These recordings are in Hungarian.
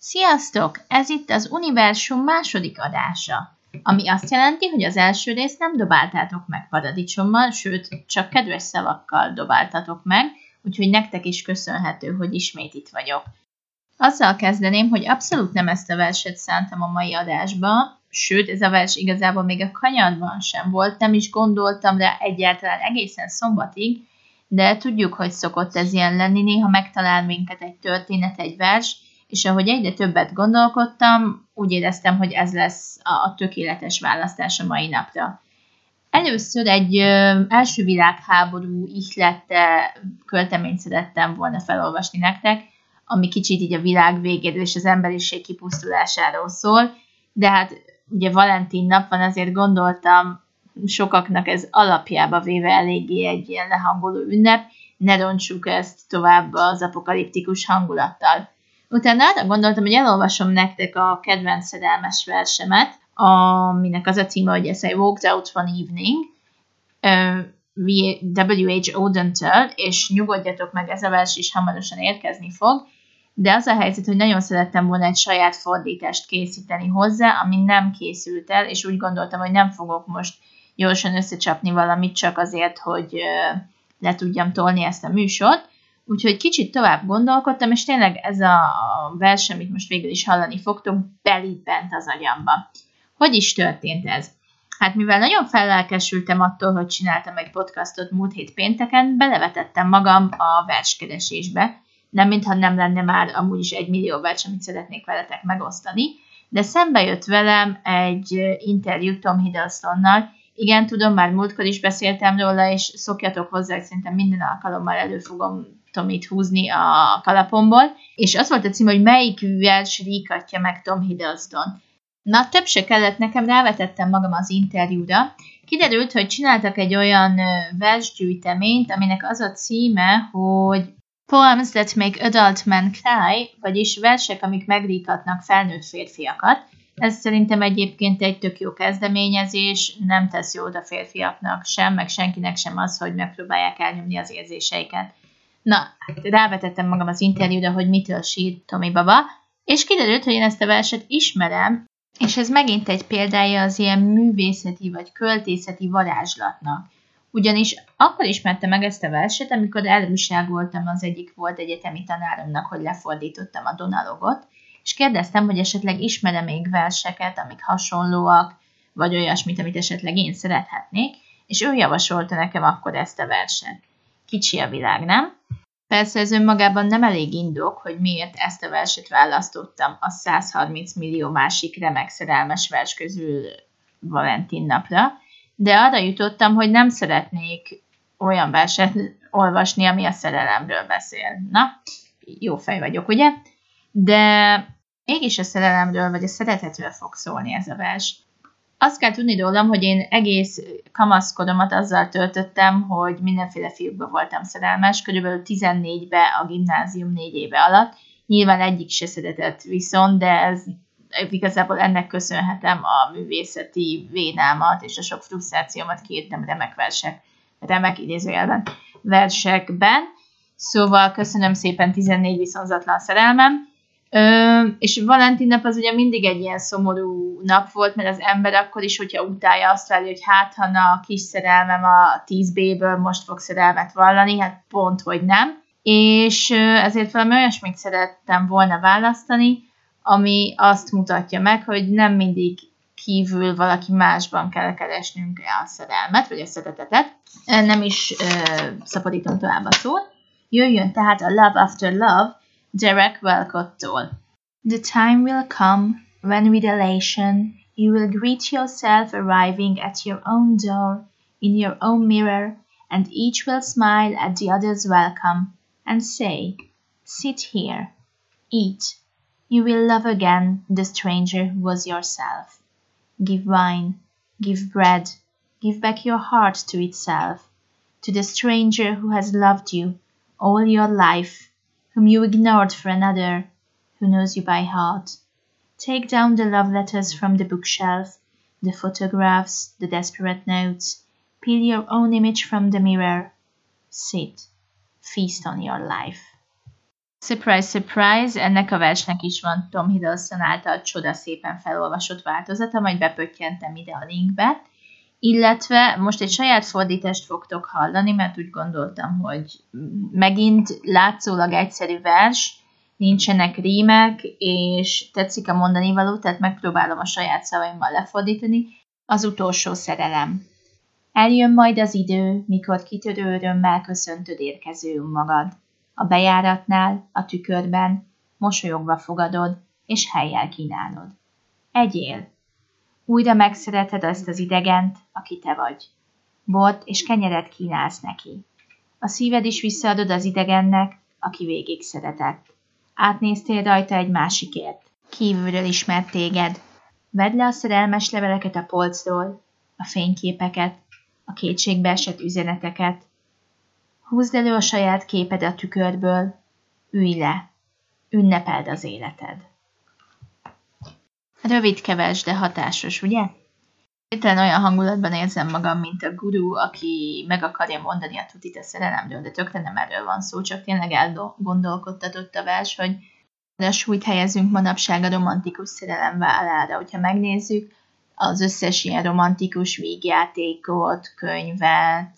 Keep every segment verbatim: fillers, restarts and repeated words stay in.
Sziasztok! Ez itt az Universum második adása, ami azt jelenti, hogy az első részt nem dobáltátok meg paradicsommal, sőt, csak kedves szavakkal dobáltatok meg, úgyhogy nektek is köszönhető, hogy ismét itt vagyok. Azzal kezdeném, hogy abszolút nem ezt a verset szántam a mai adásba, sőt, ez a vers igazából még a kanyarban sem volt, nem is gondoltam rá egyáltalán egészen szombatig, de tudjuk, hogy szokott ez ilyen lenni, néha megtalál minket egy történet, egy vers, és ahogy egyre többet gondolkodtam, úgy éreztem, hogy ez lesz a, a tökéletes választás a mai napra. Először egy ö, első világháború ihlette költeményt szerettem volna felolvasni nektek, ami kicsit így a világ végéről és az emberiség kipusztulásáról szól, de hát ugye Valentin nap van, azért gondoltam, sokaknak ez alapjába véve eléggé egy ilyen lehangoló ünnep, ne rontsuk ezt tovább az apokaliptikus hangulattal. Utána arra gondoltam, hogy elolvasom nektek a kedvenc szerelmes versemet, aminek az a címe, hogy As I Walked Out One Evening, W H Auden-től, és nyugodjatok meg, ez a vers is hamarosan érkezni fog, de az a helyzet, hogy nagyon szerettem volna egy saját fordítást készíteni hozzá, ami nem készült el, és úgy gondoltam, hogy nem fogok most gyorsan összecsapni valamit, csak azért, hogy le tudjam tolni ezt a műsort. Úgyhogy kicsit tovább gondolkodtam, és tényleg ez a vers, amit most végül is hallani fogtok, belibent az agyamba. Hogy is történt ez? Hát mivel nagyon fellelkesültem attól, hogy csináltam egy podcastot múlt hét pénteken, belevetettem magam a verskeresésbe. Nem mintha nem lenne már amúgy is egy millió vers, amit szeretnék veletek megosztani, de szembe jött velem egy interjú Tom Hiddlestonnal. Igen, tudom, már múltkor is beszéltem róla, és szokjatok hozzá, hogy szerintem minden alkalommal elő fogom Tomit húzni a kalapomból, és az volt a cím, hogy melyik vers ríkatja meg Tom Hiddleston. Na, több se kellett, nekem rávetettem magam az interjúra. Kiderült, hogy csináltak egy olyan versgyűjteményt, aminek az a címe, hogy Poems that make adult men cry, vagyis versek, amik megríkatnak felnőtt férfiakat. Ez szerintem egyébként egy tök jó kezdeményezés, nem tesz jót a férfiaknak sem, meg senkinek sem az, hogy megpróbálják elnyomni az érzéseiket. Na, rávetettem magam az interjúra, hogy mitől sír Tomi baba, és kiderült, hogy én ezt a verset ismerem, és ez megint egy példája az ilyen művészeti vagy költészeti varázslatnak. Ugyanis akkor ismertem meg ezt a verset, amikor elújságoltam az egyik volt egyetemi tanáromnak, hogy lefordítottam a Donalogot, és kérdeztem, hogy esetleg ismerem még verseket, amik hasonlóak, vagy olyasmit, amit esetleg én szerethetnék, és ő javasolta nekem akkor ezt a verset. Kicsi a világ, nem? Persze ez önmagában nem elég indok, hogy miért ezt a verset választottam a száz harminc millió másik remek szerelmes vers közül Valentin napra, de arra jutottam, hogy nem szeretnék olyan verset olvasni, ami a szerelemről beszél. Na, jó fej vagyok, ugye? De mégis a szerelemről vagy a szeretetről fog szólni ez a vers. Azt kell tudni rólam, hogy én egész kamaszkoromat azzal töltöttem, hogy mindenféle fiúkba voltam szerelmes, körülbelül tizennégybe a gimnázium négy éve alatt. Nyilván egyik se szeretett viszont, de ez igazából ennek köszönhetem a művészeti vénámat és a sok frusztrációmat kiírtam remek versek, remek idézőjelben versekben. Szóval köszönöm szépen tizennégy viszonzatlan szerelmem. Ö, és Valentin nap az ugye mindig egy ilyen szomorú nap volt, mert az ember akkor is, hogyha utálja, azt várja, hogy hát, ha a kis szerelmem a tíz bé-ből most fog szerelmet vallani, hát pont, hogy nem. És ezért valami olyasmit szerettem volna választani, ami azt mutatja meg, hogy nem mindig kívül valaki másban kell keresnünk a szerelmet, vagy a szeretetet. Nem is ö, szaporítom tovább a szót. Jöjjön tehát a Love After Love, Derek Walcott-tól. The time will come when with elation you will greet yourself arriving at your own door, in your own mirror, and each will smile at the other's welcome and say, sit here, eat. You will love again the stranger who was yourself. Give wine, give bread, give back your heart to itself, to the stranger who has loved you all your life, whom you ignored for another, who knows you by heart. Take down the love letters from the bookshelf, the photographs, the desperate notes, peel your own image from the mirror. Sit, feast on your life. Surprise, surprise, ennek a versnek is van Tom Hiddleston által csoda szépen felolvasott változata, majd bepöttyentem ide a linkbe. Illetve most egy saját fordítást fogtok hallani, mert úgy gondoltam, hogy megint látszólag egyszerű vers, nincsenek rímek, és tetszik a mondani való, tehát megpróbálom a saját szavaimmal lefordítani. Az utolsó szerelem. Eljön majd az idő, mikor kitörő örömmel köszöntöd érkező magad. A bejáratnál, a tükörben, mosolyogva fogadod, és hellyel kínálod. Egyél! Újra megszereted azt az idegent, aki te vagy. Bort és kenyeret kínálsz neki. A szíved is visszaadod az idegennek, aki végig szeretett. Átnéztél rajta egy másikért. Kívülről ismert téged. Vedd le a szerelmes leveleket a polcról, a fényképeket, a kétségbe esett üzeneteket. Húzd elő a saját képed a tükörből, ülj le, ünnepeld az életed. Rövidkeves, de hatásos, ugye? Éppen olyan hangulatban érzem magam, mint a guru, aki meg akarja mondani a tutit a szerelemről, de tökre nem erről van szó, csak tényleg elgondolkodtatott a vers, hogy a súlyt helyezünk manapság a romantikus szerelem vállára. Hogyha megnézzük az összes ilyen romantikus vígjátékot, könyvet,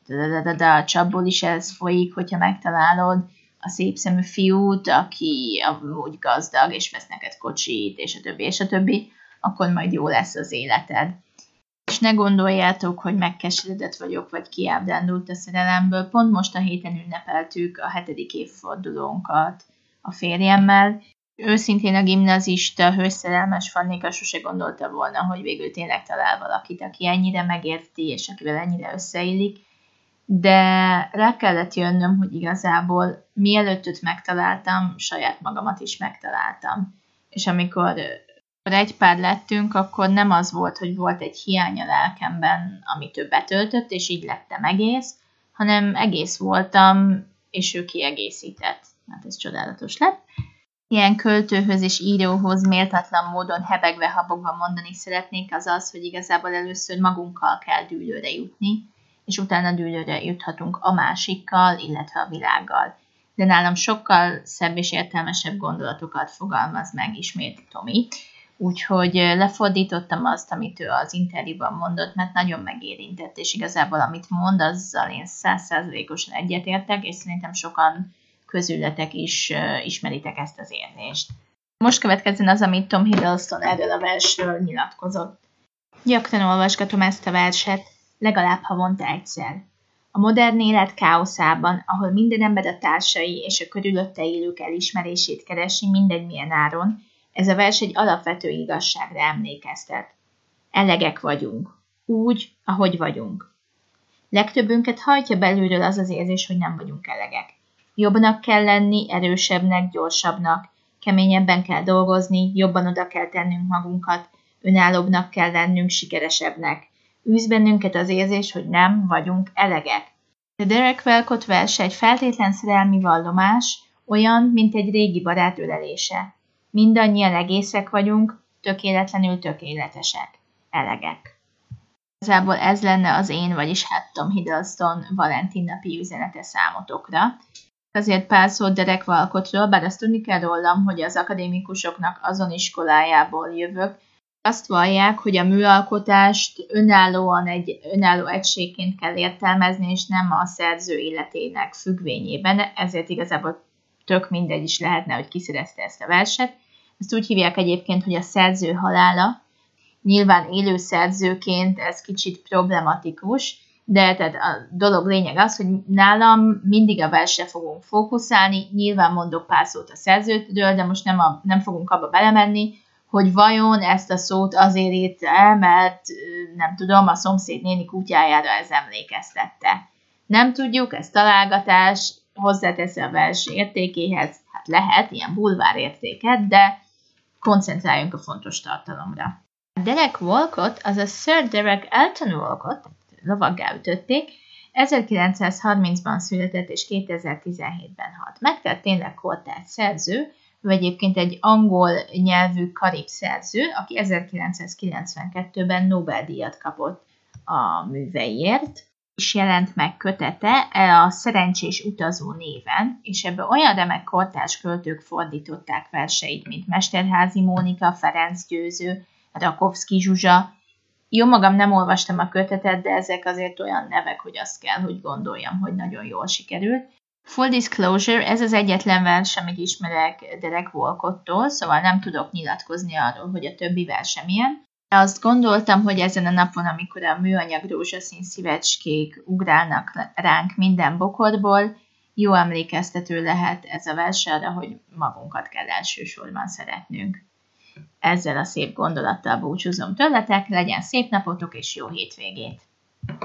de a csapból is ez folyik, hogyha megtalálod a szép szemű fiút, aki amúgy gazdag, és vesz neked kocsit, és a többi, és a többi, akkor majd jó lesz az életed. És ne gondoljátok, hogy megkeseredett vagyok, vagy kiábrándult a szerelemből. Pont most a héten ünnepeltük a hetedik évfordulónkat a férjemmel. Őszintén a gimnazista, hőszerelmes Fannika sose gondolta volna, hogy végül tényleg talál valakit, aki ennyire megérti, és akivel ennyire összeillik. De rá kellett jönnöm, hogy igazából mielőtt őt megtaláltam, saját magamat is megtaláltam. És amikor egy pár lettünk, akkor nem az volt, hogy volt egy hiány a lelkemben, amit ő betöltött, és így lettem egész, hanem egész voltam, és ő kiegészített. Hát ez csodálatos lett. Ilyen költőhöz és íróhoz méltatlan módon hebegve, habogva mondani szeretnék, az az, hogy igazából először magunkkal kell dűlőre jutni, és utána dűlőre juthatunk a másikkal, illetve a világgal. De nálam sokkal szebb és értelmesebb gondolatokat fogalmaz meg ismét Tomi. Úgyhogy lefordítottam azt, amit ő az interjúban mondott, mert nagyon megérintett, és igazából amit mond, azzal én száz százalékosan egyetértek, és szerintem sokan közületek is ismeritek ezt az érzést. Most következzen az, amit Tom Hiddleston erről a versről nyilatkozott. Gyakran olvasgatom ezt a verset, legalább havonta egyszer. A modern élet káoszában, ahol minden ember a társai és a körülötte élők elismerését keresi mindegy milyen áron, ez a vers egy alapvető igazságra emlékeztet. Elegek vagyunk. Úgy, ahogy vagyunk. Legtöbbünket hajtja belülről az az érzés, hogy nem vagyunk elegek. Jobbnak kell lenni, erősebbnek, gyorsabbnak. Keményebben kell dolgozni, jobban oda kell tennünk magunkat, önállóbbnak kell lennünk, sikeresebbnek. Űz bennünket az érzés, hogy nem vagyunk elegek. De Derek Walcott verse egy feltétlen szerelmi vallomás, olyan, mint egy régi barát ölelése. Mindannyian egészek vagyunk, tökéletlenül tökéletesek, elegek. Igazából ez lenne az én, vagyis hát Tom Hiddleston Valentin napi üzenete számotokra. Azért pár szót Derek Walcottról, bár azt tudni kell rólam, hogy az akadémikusoknak azon iskolájából jövök, azt vallják, hogy a műalkotást önállóan egy önálló egységként kell értelmezni, és nem a szerző életének függvényében, ezért igazából tök mindegy is lehetne, hogy kiszerezte ezt a verset. Ezt úgy hívják egyébként, hogy a szerző halála. Nyilván élő szerzőként ez kicsit problematikus, de tehát a dolog lényeg az, hogy nálam mindig a versre fogunk fókuszálni, nyilván mondok pár szót a szerzőtől, de most nem, a, nem fogunk abba belemenni, hogy vajon ezt a szót azért írta, mert nem tudom, a szomszéd néni kutyájára ez emlékeztette. Nem tudjuk, ez találgatás, hozzáteszi a vers értékéhez, hát lehet ilyen bulvár értéket, de koncentráljunk a fontos tartalomra. Derek Walcott, azaz Sir Derek Elton Walcott, lovaggá ütötték, ezerkilencszázharmincban született és kétezer-tizenhétben halt meg, tehát tényleg kortárs szerző, ő egyébként egy angol nyelvű karib szerző, aki ezerkilencszázkilencvenkettőben Nobel-díjat kapott a műveiért. is jelent meg kötete a Szerencsés utazó néven, és ebből olyan remek kortárs költők fordították verseit, mint Mesterházy Mónika, Ferenc Győző, Rakovszky Zsuzsa. Jó magam nem olvastam a kötetet, de ezek azért olyan nevek, hogy azt kell, hogy gondoljam, hogy nagyon jól sikerült. Full disclosure, ez az egyetlen vers, amit ismerek Derek Walcott-tól, szóval nem tudok nyilatkozni arról, hogy a többi verse milyen. Azt gondoltam, hogy ezen a napon, amikor a műanyag rózsaszín szívecskék ugrálnak ránk minden bokorból, jó emlékeztető lehet ez a vers arra, hogy magunkat kell elsősorban szeretnünk. Ezzel a szép gondolattal búcsúzom tőletek, legyen szép napotok és jó hétvégét!